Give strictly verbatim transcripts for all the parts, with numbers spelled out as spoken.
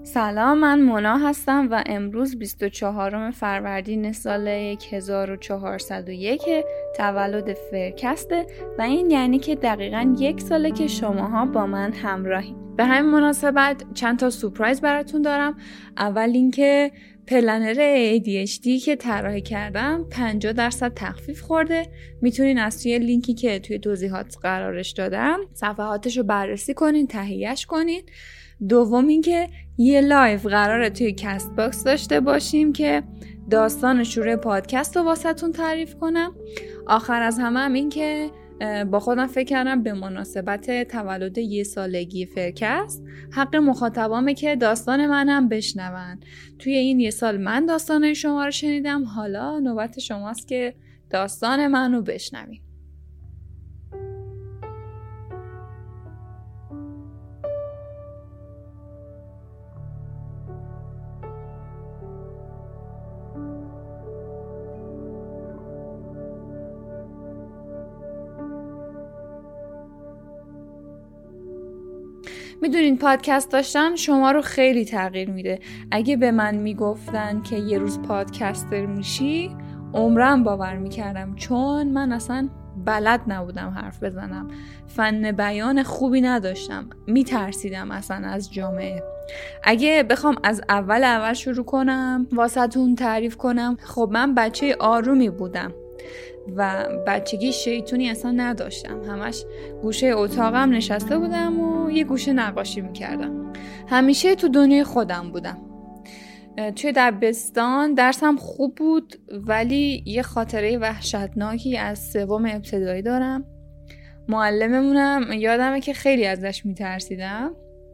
سلام، من مونا هستم و امروز بیست و چهارم فروردین سال هزار و چهارصد و یک تولد فرکسته و این یعنی که دقیقاً یک ساله که شماها با من همراهید. به همین مناسبت چند تا سورپرایز براتون دارم. اول اینکه پلنر ای دی اچ دی که طراحی کردم پنجاه درصد تخفیف خورده. میتونین از توی لینکی که توی توضیحات قرارش دادم صفحاتش رو بررسی کنین، تهیهش کنین. دوم اینکه یه لایو قراره توی کست باکس داشته باشیم که داستان شروع پادکست رو واسهتون تعریف کنم. آخر از همه هم این که با خودم فکر کردم به مناسبت تولد یه سالگی فرکست حق مخاطبامه که داستان منم بشنون. توی این یه سال من داستان شما رو شنیدم، حالا نوبت شماست که داستان منو بشنوین. میدونین پادکست داشتن شما رو خیلی تغییر میده. اگه به من میگفتن که یه روز پادکستر میشی عمرم باور میکردم، چون من اصلا بلد نبودم حرف بزنم، فن بیان خوبی نداشتم، میترسیدم اصلا از جامعه. اگه بخوام از اول اول شروع کنم واسهتون تعریف کنم، خب من بچه آرومی بودم و بچگی شیطونی اصلا نداشتم. همش گوشه اتاقم نشسته بودم و یه گوشه نقاشی میکردم. همیشه تو دنیای خودم بودم. توی دبستان درسم خوب بود، ولی یه خاطره وحشتناکی از سوم ابتدایی دارم. معلممونم یادمه که خیلی ازش میترسیدم.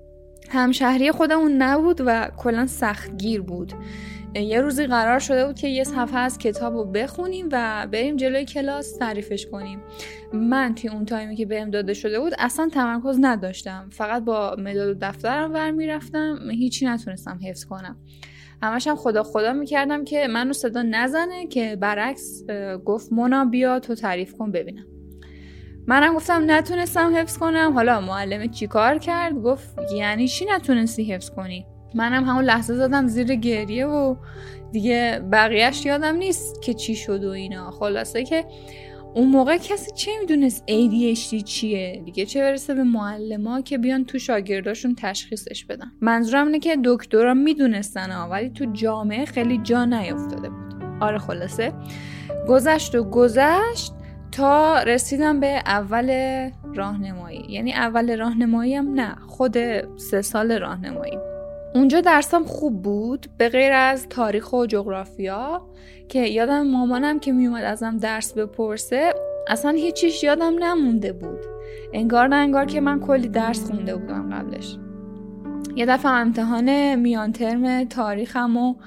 همشهری خودمون نبود و کلا سختگیر بود. یه روزی قرار شده بود که یه صفحه از کتاب رو بخونیم و بریم جلوی کلاس تعریفش کنیم. من توی اون تایمی که بهم داده شده بود اصلا تمرکز نداشتم، فقط با مداد و دفترم ور میرفتم، هیچی نتونستم حفظ کنم. همش هم خدا خدا میکردم که منو صدا نزنه، که برعکس گفت مونا بیا تو تعریف کن ببینم. منم گفتم نتونستم حفظ کنم. حالا معلم چی کار کرد؟ گفت یعنی چی نتونستی حفظ کنی؟ منم همون لحظه زدم زیر گریه و دیگه بقیهش یادم نیست که چی شد و اینا. خلاصه که اون موقع کسی چه میدونست ای دی اچ دی چیه دیگه، چه برسه به معلم‌ها که بیان تو شاگرداشون تشخیصش بدن. منظورم اینه که دکترا میدونستن ولی تو جامعه خیلی جا نیافتاده بود. آره خلاصه گذشت و گذشت تا رسیدم به اول راهنمایی. یعنی اول راهنمایی هم نه، خود سه سال راهنمایی. اونجا درسم خوب بود به غیر از تاریخ و جغرافیا که یادم مامانم که میومد ازم درس بپرسه اصلا هیچیش یادم نمونده بود. انگار نه انگار که من کلی درس خونده بودم قبلش. یه دفعه امتحان میان ترم تاریخم و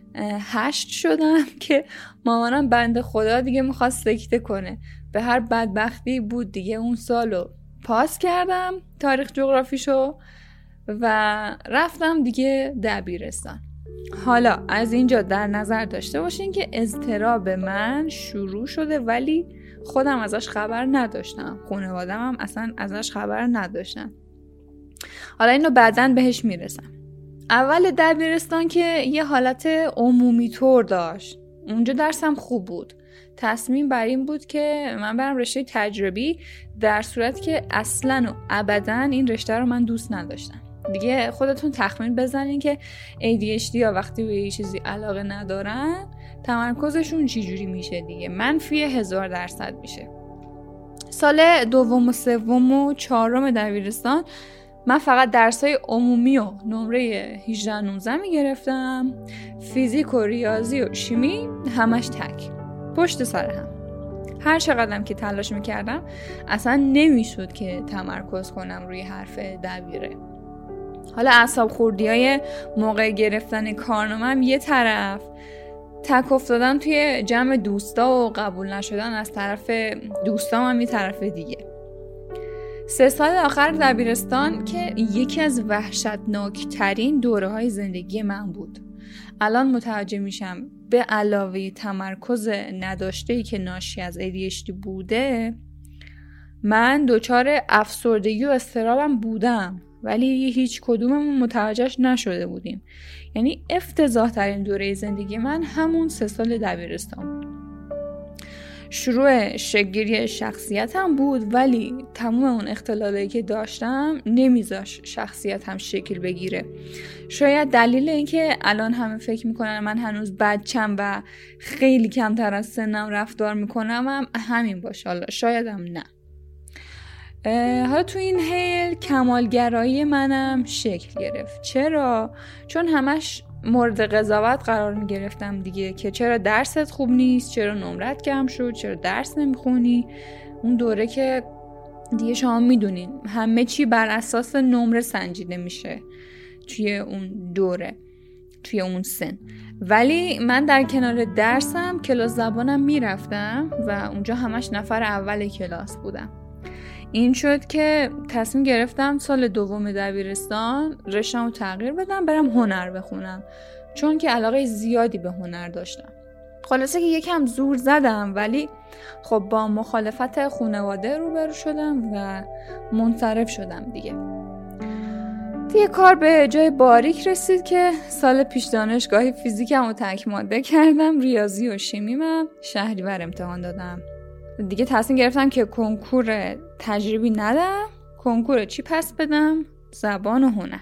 هشت شدم که مامانم بنده خدا دیگه میخواست سکته کنه. به هر بدبختی بود دیگه اون سالو پاس کردم تاریخ جغرافیشو و رفتم دیگه دبیرستان. حالا از اینجا در نظر داشته باشین که اضطراب من شروع شده ولی خودم ازش خبر نداشتم، خانواده‌م هم اصلا ازش خبر نداشتن. حالا اینو بعداً بهش میرسم. اول دبیرستان که یه حالت عمومی طور داشت. اونجا درسم خوب بود. تصمیم بر این بود که من برم رشته تجربی، در صورتی که اصلاً و ابداً این رشته رو من دوست نداشتم. دیگه خودتون تخمین بزنین که ای دی اچ دی ها وقتی به یه چیزی علاقه ندارن تمرکزشون چی جوری میشه دیگه. منفی هزار درصد میشه. سال دوم و سوم و چهارم دبیرستان من فقط درسای عمومی و نمره هجده نوزده میگرفتم. فیزیک و ریاضی و شیمی همش تک پشت سر هم. هر چقدرم که تلاش میکردم اصلا نمیشد که تمرکز کنم روی حرف دبیره. حالا اعصاب خوردی های موقع گرفتن کارنامه‌ام یه طرف، تک افتادن توی جمع دوستا و قبول نشدن از طرف دوستام هم یه طرف دیگه. سه سال آخر دبیرستان که یکی از وحشتناک ترین دوره های زندگی من بود. الان متوجه میشم به علاوه تمرکز نداشته‌ای که ناشی از ای دی اچ دی بوده، من دچار افسردگی و اضطرابم بودم ولی هیچ کدوممون متوجهش نشده بودیم. یعنی افتضاح ترین دوره زندگی من همون سه سال دبیرستان بود. شروع شکل‌گیری شخصیتم بود، ولی تمام اون اختلالایی که داشتم نمیذاش شخصیتم شکل بگیره. شاید دلیل این که الان همه فکر میکنن من هنوز بچم و خیلی کمتر از سنم رفتار میکنم هم همین باشه. حالا شایدم نه. حالا تو این حیل کمالگرایی منم شکل گرفت. چرا؟ چون همش مورد قضاوت قرار می گرفتم دیگه، که چرا درست خوب نیست، چرا نمرت کم شد، چرا درس نمیخونی. اون دوره که دیگه شما میدونین همه چی بر اساس نمره سنجیده میشه توی اون دوره، توی اون سن. ولی من در کنار درسم کلاس زبانم میرفتم و اونجا همش نفر اول کلاس بودم. این شد که تصمیم گرفتم سال دوم دبیرستان رشته‌مو تغییر بدم، برم هنر بخونم، چون که علاقه زیادی به هنر داشتم. خلاصه که یکم زور زدم، ولی خب با مخالفت خانواده روبرو شدم و منصرف شدم دیگه. دیگه کار به جای باریک رسید که سال پیش دانشگاهی فیزیکم رو تک ماده کردم، ریاضی و شیمیمم شهریور امتحان دادم. دیگه تصمیم گرفتم که کنکور تجربی ندم، کنکور چی پس بدم؟ زبان و هنر،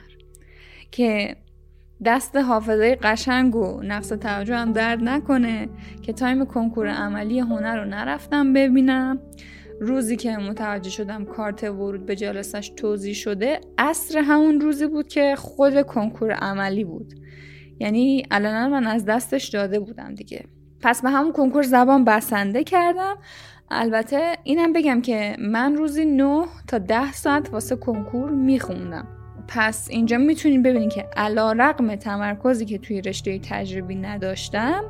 که دست حافظه قشنگ و نقص توجه هم درد نکنه که تایم کنکور عملی هنر رو نرفتم ببینم. روزی که متوجه شدم کارت ورود به جلسش توزیع شده، عصر همون روزی بود که خود کنکور عملی بود. یعنی الان من از دستش داده بودم دیگه. پس به همون کنکور زبان بسنده کردم. البته اینم بگم که من روزی نه تا ده ساعت واسه کنکور میخوندم. پس اینجا میتونین ببینین که علی‌رغم تمرکزی که توی رشته تجربی نداشتم،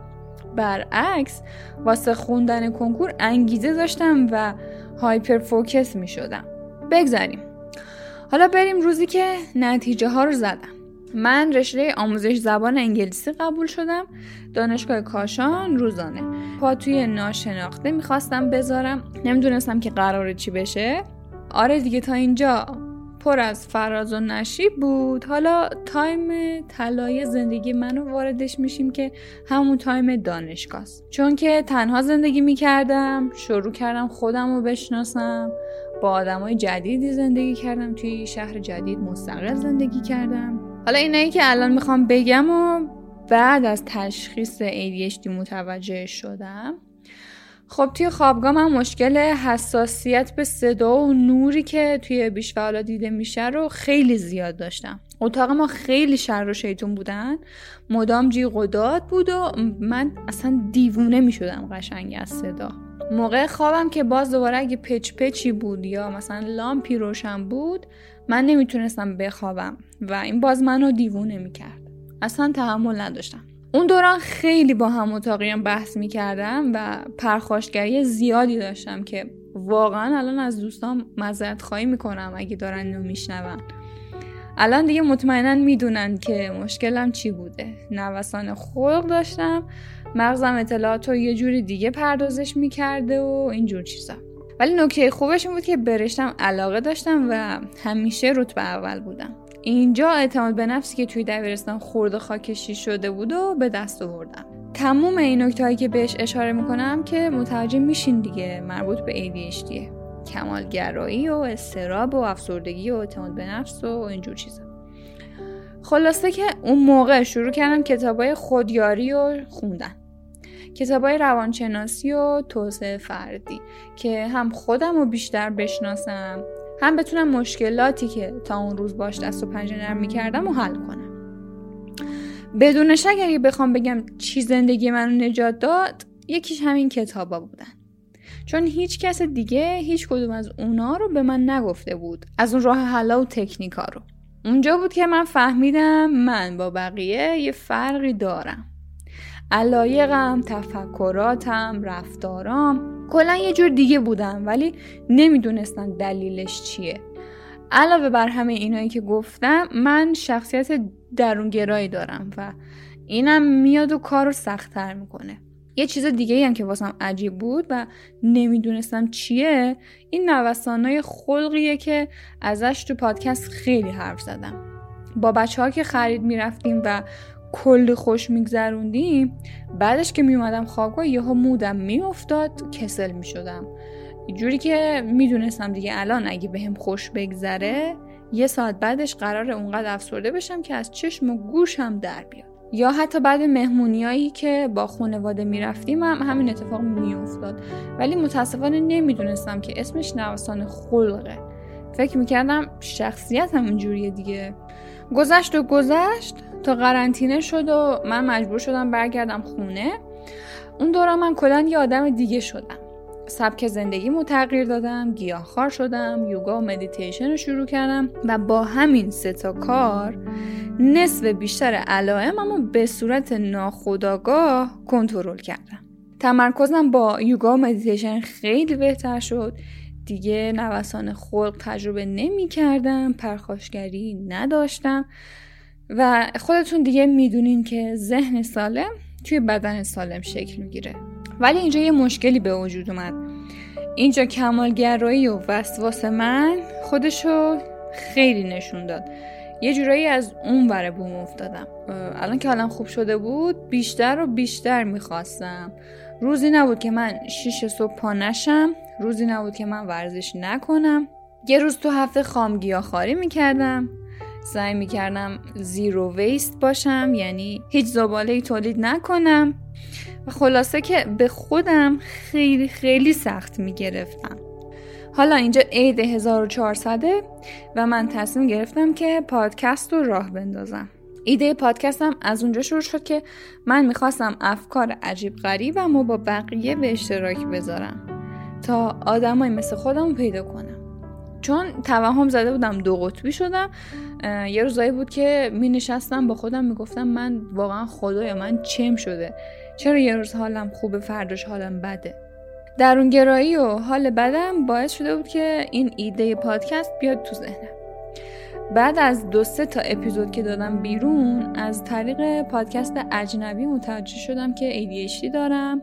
برعکس واسه خوندن کنکور انگیزه داشتم و هایپر فوکس میشدم. بگذاریم حالا بریم روزی که نتیجه ها رو زدم. من رشته آموزش زبان انگلیسی قبول شدم، دانشگاه کاشان روزانه. پا توی ناشناخته میخواستم بذارم، نمیدونستم که قراره چی بشه. آره دیگه، تا اینجا پر از فراز و نشیب بود. حالا تایم طلایی زندگی منو واردش میشیم که همون تایم دانشگاه است. چون که تنها زندگی میکردم، شروع کردم خودم رو بشناسم، با آدمای جدیدی زندگی کردم، توی شهر جدید مستقل زندگی کردم. حالا اینایی که الان میخوام بگم و بعد از تشخیص ای دی اچ دی متوجه شدم. خب توی خوابگاه من مشکل حساسیت به صدا و نوری که توی بیش فعالا دیده میشه رو خیلی زیاد داشتم. اتاق ما خیلی شر و شیطون بودن، مدام جیغ و داد بود و من اصلا دیوونه میشدم قشنگ از صدا. موقع خوابم که باز دوباره اگه پچ پچی بود یا مثلا لامپی روشن بود، من نمیتونستم بخوابم و این باز منو دیوونه میکرد. اصلا تحمل نداشتم. اون دوران خیلی با هم اتاقیان بحث میکردم و پرخاشگری زیادی داشتم که واقعا الان از دوستان معذرت خواهی میکنم اگه دارن اینو میشنون. الان دیگه مطمئنن میدونن که مشکلم چی بوده. نوسان خلق داشتم، مغزم اطلاعات رو یه جوری دیگه پردازش میکرده و اینجور چیزا. ولی نکته خوبش این بود که به رشتم علاقه داشتم و همیشه رتبه اول بودم. اینجا اعتماد به نفسی که توی دبیرستان خورد و خاکشی شده بود و به دست آوردم. تموم این نکته‌هایی که بهش اشاره میکنم که متوجه میشین دیگه مربوط به ای دی اچ دی، کمالگرایی و اضطراب و افسردگی و اعتماد به نفس و اینجور چیزا. خلاصه که اون موقع شروع کردم کتابای خودیاری و خوندن، کتابای روانشناسی و توسعه فردی، که هم خودم رو بیشتر بشناسم، هم بتونم مشکلاتی که تا اون روز باش دست و پنجه نرم میکردم و حل کنم. بدون شک اگه بخوام بگم چی زندگی منو نجات داد، یکیش همین کتابا بودن. چون هیچ کس دیگه هیچ کدوم از اونا رو به من نگفته بود، از اون راه حلا و تکنیکا رو. اونجا بود که من فهمیدم من با بقیه یه فرقی دارم. علایقم، تفکراتم، رفتارام کلا یه جور دیگه بودم، ولی نمیدونستم دلیلش چیه. علاوه بر همه اینایی که گفتم، من شخصیت درونگرایی دارم و اینم میاد و کارو سخت‌تر میکنه. یه چیز دیگه هم که واسم عجیب بود و نمیدونستم چیه، این نوسانای خلقیه که ازش تو پادکست خیلی حرف زدم. با بچه ها که خرید میرفتیم و کلی خوش میگذروندیم، بعدش که میومدم خوابگاه یهو مودم میافتاد، کسل میشدم، جوری که میدونستم دیگه الان اگه بهم خوش بگذره یه ساعت بعدش قراره اونقدر افسرده بشم که از چشم و گوشم در بیاد. یا حتی بعد مهمونیایی که با خانواده میرفتیم هم همین اتفاق میافتاد، ولی متاسفانه نمیدونستم که اسمش نوسان خلقه. فکر میکردم شخصیت هم اینجوریه دیگه. گذشت و گذشت تا قرنطینه شد و من مجبور شدم برگردم خونه. اون دوران من کلاً یه آدم دیگه شدم. سبک زندگیمو تغییر دادم، گیاهخوار شدم، یوگا و مدیتیشن رو شروع کردم و با همین سه تا کار نصف بیشتر علائممو به صورت ناخودآگاه کنترل کردم. تمرکزم با یوگا و مدیتیشن خیلی بهتر شد. دیگه نوسان خلق تجربه نمی کردم، پرخاشگری نداشتم و خودتون دیگه میدونین که ذهن سالم توی بدن سالم شکل میگیره. ولی اینجا یه مشکلی به وجود اومد. اینجا کمالگرایی و وسواس من خودشو خیلی نشون داد. یه جورایی از اون وره بوم افتادم. الان که حالم خوب شده بود بیشتر و بیشتر میخواستم. روزی نبود که من شیش صبح پا نشم، روزی نبود که من ورزش نکنم. یه روز تو هفته خام گیاهخواری میکردم، سعی میکردم زیرو ویست باشم، یعنی هیچ زباله‌ای تولید نکنم و خلاصه که به خودم خیلی خیلی سخت میگرفتم. حالا اینجا عید هزار و چهارصده و من تصمیم گرفتم که پادکست رو راه بندازم. ایده پادکستم از اونجا شروع شد که من میخواستم افکار عجیب غریبم و با بقیه به اشتراک بذارم تا آدمای مثل خودم رو پیدا کنم. چون توهم زده بودم دو قطبی شدم. یه روزایی بود که می نشستم با خودم میگفتم من واقعا خدایا من چم شده، چرا یه روز حالم خوبه فرداش حالم بده. درونگرایی و حال بدم باعث شده بود که این ایده پادکست بیاد تو ذهنم. بعد از دو سه تا اپیزود که دادم بیرون، از طریق پادکست اجنبی متوجه شدم که ای دی اچ دی دارم.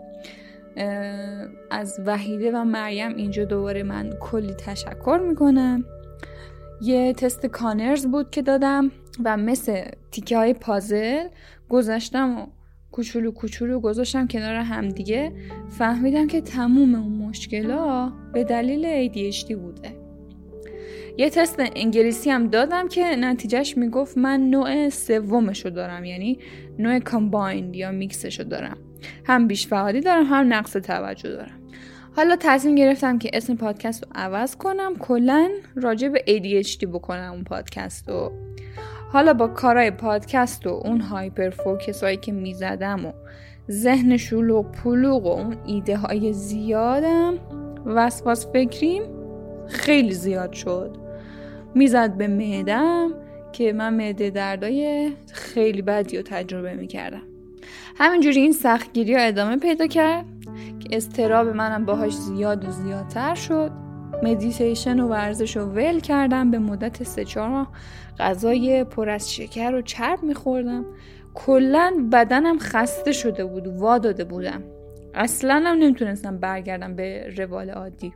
از وحیده و مریم اینجا دوباره من کلی تشکر میکنم. یه تست کانرز بود که دادم و مثل تیکه های پازل گذاشتم و کوچولو کوچولو گذاشتم کنار هم دیگه، فهمیدم که تموم اون مشکلات به دلیل ای دی اچ دی بوده. یه تست انگلیسی هم دادم که نتیجهش میگفت من نوع سومشو دارم، یعنی نوع کامبایند یا میکسشو دارم. هم بیش فعالی دارم هم نقص توجه دارم. حالا تصمیم گرفتم که اسم پادکست رو عوض کنم، کلاً راجع به ای دی اچ دی بکنم اون پادکست رو. حالا با کارهای پادکست و اون هایپر فوکس هایی که میزدم و ذهن شلوغ پلوغ و اون ایده های زیادم، وسواس فکریم خیلی زیاد شد. میزد به معدم که من معده دردای خیلی بدی رو تجربه میکردم. همینجوری این سختگیری ها ادامه پیدا کرد که اضطراب منم باهاش زیاد و زیادتر شد. مدیتیشن و ورزش رو ول کردم، به مدت سه چهار ماه غذای پر از شکر و چرب میخوردم. کلن بدنم خسته شده بود، وا داده بودم، اصلا هم نمیتونستم برگردم به روال عادی.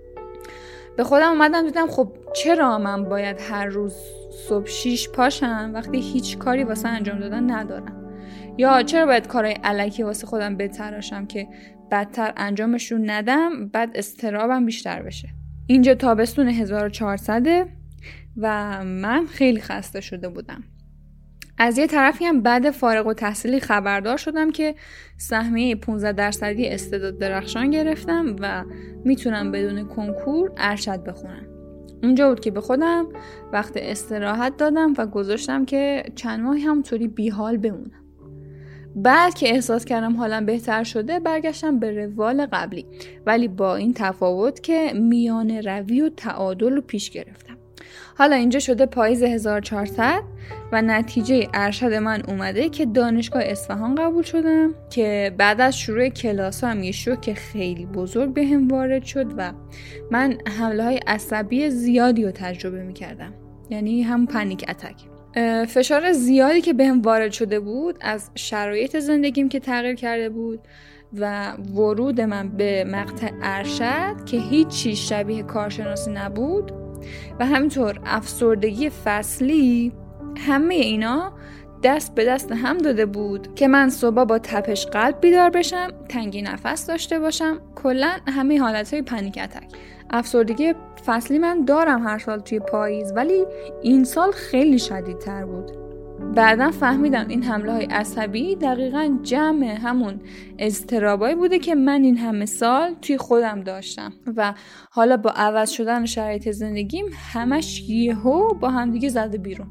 به خودم اومدم دیدم خب چرا من باید هر روز صبح شیش پاشم وقتی هیچ کاری واسه انجام دادن ندارم، یا چرا باید کارهای الکی واسه خودم بتراشم که بدتر انجامشون ندم بعد اضطرابم بیشتر بشه. اینجا تابستون هزار و چهارصد و من خیلی خسته شده بودم. از یه طرفی هم بعد فارغ التحصیلی خبردار شدم که سهمیه پانزده درصدی استعداد درخشان گرفتم و میتونم بدون کنکور ارشد بخونم. اونجا بود که به خودم وقت استراحت دادم و گذاشتم که چند ماهی همونطوری بیحال بمونم. بعد که احساس کردم حالم بهتر شده برگشتم به روال قبلی، ولی با این تفاوت که میان روی و تعادل رو پیش گرفتم. حالا اینجا شده پاییز هزار و چهارصد و نتیجه ارشد من اومده که دانشگاه اصفهان قبول شدم، که بعد از شروع کلاس هم یه شوک خیلی بزرگ به هم وارد شد و من حمله های عصبی زیادی رو تجربه میکردم، یعنی هم پنیک اتک. فشار زیادی که بهم وارد شده بود از شرایط زندگیم که تغییر کرده بود، و ورود من به مقطع ارشد که هیچ چیز شبیه کارشناسی نبود و همینطور افسردگی فصلی، همه اینا دست به دست هم داده بود که من صبح با تپش قلب بیدار بشم، تنگی نفس داشته باشم، کلا همه حالتهای پنیک اتک. افسردگی فصلی من دارم هر سال توی پاییز، ولی این سال خیلی شدیدتر بود. بعداً فهمیدم این حمله های عصبی دقیقاً جمع همون اضطرابایی بوده که من این همه سال توی خودم داشتم و حالا با عوض شدن شرایط زندگیم همش یهو با هم دیگه زده بیرون.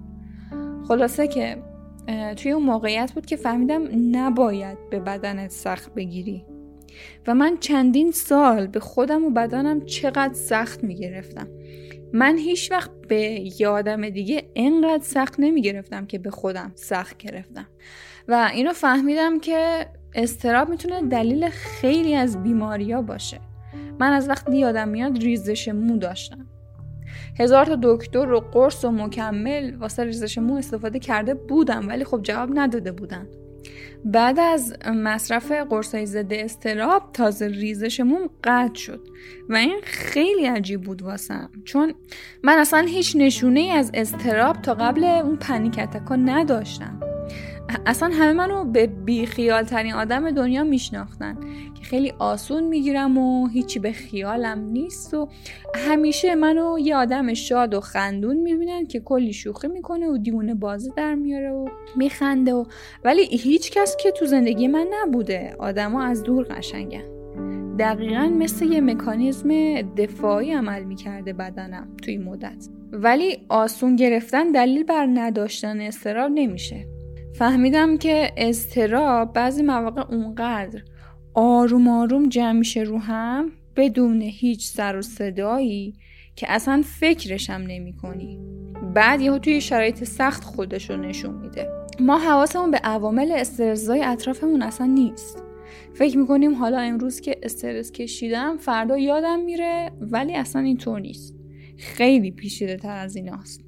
خلاصه که توی اون موقعیت بود که فهمیدم نباید به بدنت سخت بگیری و من چندین سال به خودم و بدنم چقدر سخت میگرفتم. من هیچ وقت به یه آدم دیگه اینقدر سخت نمی گرفتم که به خودم سخت گرفتم و اینو فهمیدم که اضطراب میتونه دلیل خیلی از بیماری‌ها باشه. من از وقتی یادم میاد ریزش مو داشتم، هزار تا دکتر و قرص و مکمل واسه ریزش مو استفاده کرده بودم ولی خب جواب نداده بودن. بعد از مصرف قرصای ضد اضطراب تازه ریزش موم قطع شد و این خیلی عجیب بود واسم، چون من اصلا هیچ نشونه ای از اضطراب تا قبل اون پنیک اتکا نداشتم. اصلا همه منو به بیخیال ترین آدم دنیا میشناختن که خیلی آسون میگیرم و هیچی به خیالم نیست و همیشه منو یه آدم شاد و خندون میبینن که کلی شوخی میکنه و دیوونه بازی در میاره و میخنده و ولی هیچ کس که تو زندگی من نبوده. آدما از دور قشنگن. دقیقاً مثل یه مکانیزم دفاعی عمل میکرده بدنم توی مدت. ولی آسون گرفتن دلیل بر نداشتن اضطراب نمیشه. فهمیدم که اضطراب بعضی مواقع اونقدر آروم آروم جمع میشه رو هم بدون هیچ سر و صدایی که اصلا فکرشم نمی کنی. بعد یهو توی شرایط سخت خودشو نشون میده. ما حواسمون به عوامل استرس‌زای اطرافمون اصلا نیست. فکر میکنیم حالا امروز که استرس کشیدم فردا یادم میره، ولی اصلا اینطور نیست. خیلی پیچیده تر از ایناست.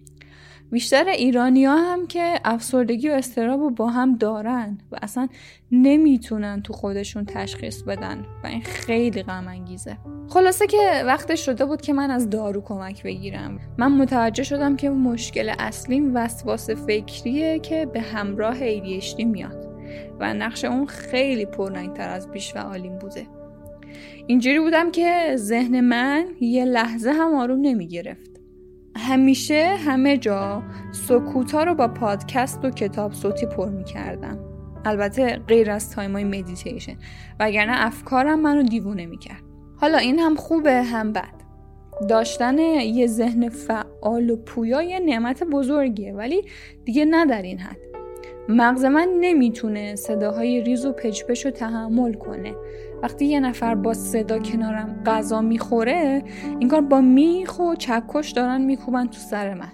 بیشتر ایرانی‌ها هم که افسردگی و اضطراب رو با هم دارن و اصلا نمیتونن تو خودشون تشخیص بدن و این خیلی غم انگیزه. خلاصه که وقتش شده بود که من از دارو کمک بگیرم. من متوجه شدم که مشکل اصلیم وسواس فکریه که به همراه ای دی اچ دی میاد و نقش اون خیلی پررنگ‌تر از بیش‌فعالیم بوده. اینجوری بودم که ذهن من یه لحظه هم آروم نمیگرفت. همیشه همه جا سکوتا رو با پادکست و کتاب صوتی پر می کردم. البته غیر از تایمای مدیتیشن، وگرنه افکارم منو دیوونه می کرد. حالا این هم خوبه هم بد. داشتن یه ذهن فعال و پویا یه نعمت بزرگیه، ولی دیگه نه در این حد. مغز من نمیتونه صداهای ریز و پچ‌پچ رو تحمل کنه. وقتی یه نفر با صدا کنارم غذا میخوره، این کار با میخ و چکش دارن میکوبن تو سر من،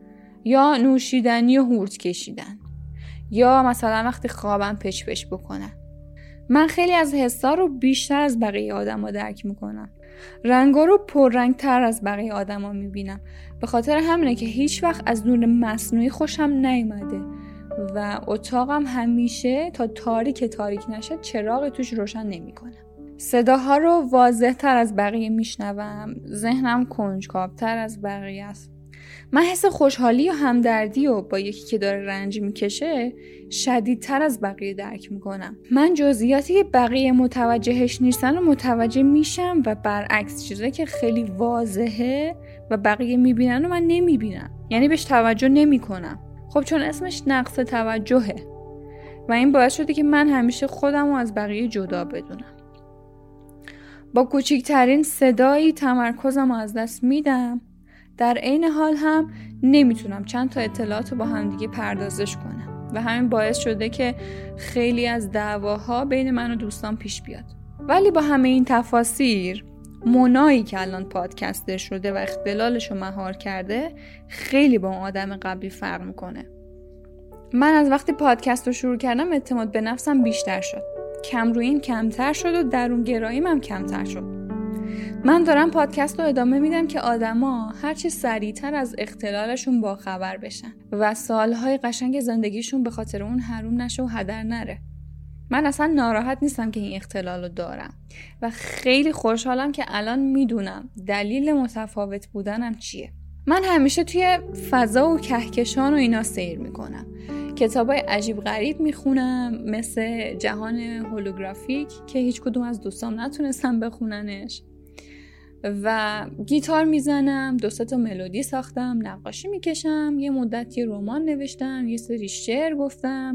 یا نوشیدنی و هورت کشیدن، یا مثلا وقتی خوابم پچ‌پچ بکنن. من خیلی از حسا رو بیشتر از بقیه آدما درک میکنم. رنگا رو پررنگ‌تر از بقیه آدما میبینم. به خاطر همینه که هیچ وقت از نور مصنوعی خوشم نیومده و اتاقم همیشه تا تاریک تاریک نشه چراغ توش روشن نمیکنه. صداها رو واضح تر از بقیه میشنوم. ذهنم کنجکاوتر از بقیه است. من حس خوشحالی و همدردی و با یکی که داره رنج میکشه شدیدتر از بقیه درک میکنم. من جزئیاتی که بقیه متوجهش نیستن و متوجه میشم و برعکس چیزایی که خیلی واضحه و بقیه میبینن و من نمیبینم، یعنی بهش توجه نمیکنم. خب چون اسمش نقص توجهه و این باعث شده که من همیشه خودم رو از بقیه جدا بدونم. با کوچکترین صدایی تمرکزم رو از دست میدم. در عین حال هم نمیتونم چند تا اطلاعات رو با هم دیگه پردازش کنم و همین باعث شده که خیلی از دعواها بین من و دوستان پیش بیاد. ولی با همه این تفاسیر، مونایی که الان پادکستر شده و اختلالش رو مهار کرده خیلی با اون آدم قبلی فرق میکنه. من از وقتی پادکست رو شروع کردم اعتماد به نفسم بیشتر شد، کم روییم کمتر شد و درون گراییم هم کمتر شد. من دارم پادکست رو ادامه میدم که آدما هرچی سریعتر از اختلالشون باخبر بشن و سالهای قشنگ زندگیشون به خاطر اون حروم نشه و هدر نره. من اصلا ناراحت نیستم که این اختلال رو دارم و خیلی خوشحالم که الان میدونم دلیل متفاوت بودنم چیه. من همیشه توی فضا و کهکشان و اینا سیر میکنم. کتابای عجیب غریب میخونم مثل جهان هولوگرافیک که هیچ کدوم از دوستام نتونستم بخوننش و گیتار میزنم، دو سه تا ملودی ساختم، نقاشی میکشم، یه مدت یه رمان نوشتم، یه سری شعر گفتم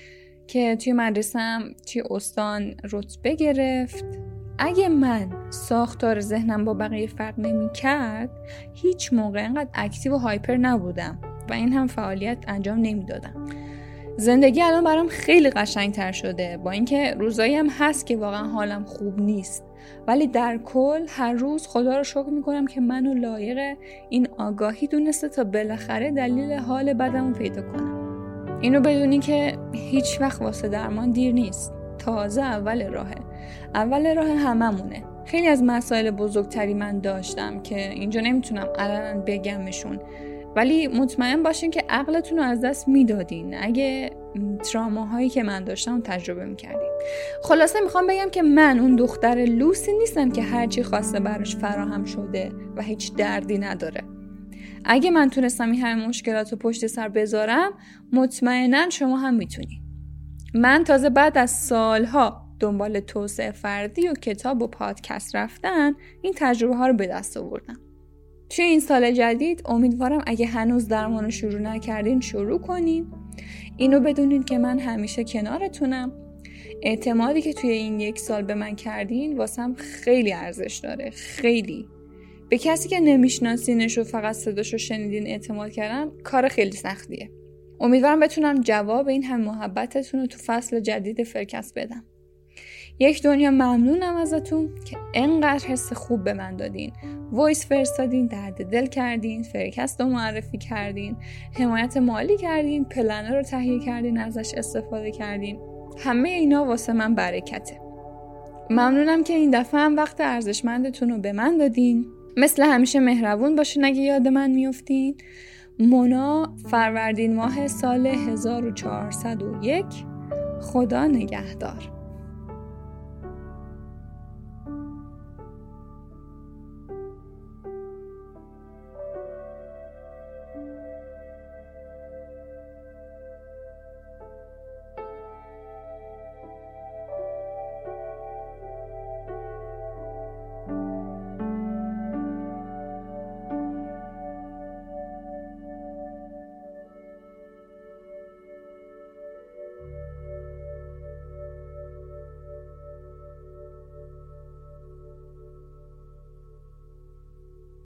که توی مدرسه‌ام توی استان رتبه گرفت. اگه من ساختار ذهنم با بقیه فرق نمی‌کرد هیچ موقع اینقدر اکتیو و هایپر نبودم و این هم فعالیت انجام نمیدادم. زندگی الان برام خیلی قشنگتر شده، با اینکه روزایی هم هست که واقعا حالم خوب نیست، ولی در کل هر روز خدا رو شکر میکنم که منو لایق این آگاهی دونسته تا بالاخره دلیل حال بدمو پیدا کنم. اینو بدونی که هیچ وقت واسه درمان دیر نیست، تازه اول راهه. اول راه هممونه. خیلی از مسائل بزرگتری من داشتم که اینجا نمیتونم الان بگمشون، ولی مطمئن باشین که عقلتون رو از دست میدادین اگه تراماهایی که من داشتم تجربه میکردین. خلاصه میخوام بگم که من اون دختر لوسی نیستم که هرچی خواسته براش فراهم شده و هیچ دردی نداره. اگه من تونستم این همه مشکلات رو پشت سر بذارم، مطمئناً شما هم میتونین. من تازه بعد از سالها دنبال توسعه فردی و کتاب و پادکست رفتن این تجربه ها رو به دست آوردم. توی این سال جدید امیدوارم اگه هنوز درمان رو شروع نکردین شروع کنین. اینو بدونین که من همیشه کنارتونم. اعتمادی که توی این یک سال به من کردین واسم خیلی ارزش داره، خیلی. به کسی که نمیشناسینش و فقط صداشو شنیدین اعتماد کردن کار خیلی سختیه. امیدوارم بتونم جواب این هم محبتتون رو تو فصل جدید فرکست بدم. یک دنیا ممنونم ازتون که انقدر حس خوب به من دادین، وایس فرستادین، درد دل کردین، فرکست رو معرفی کردین، حمایت مالی کردین، پلنر رو تهیه کردین، ازش استفاده کردین. همه اینا واسه من برکته. ممنونم که این دفعه هم وقت ارزشمندتون رو به من دادین. مثل همیشه مهربون باشین اگه یاد من میافتین. مونا، فروردین ماه سال هزار و چهارصد و یک. خدا نگهدار.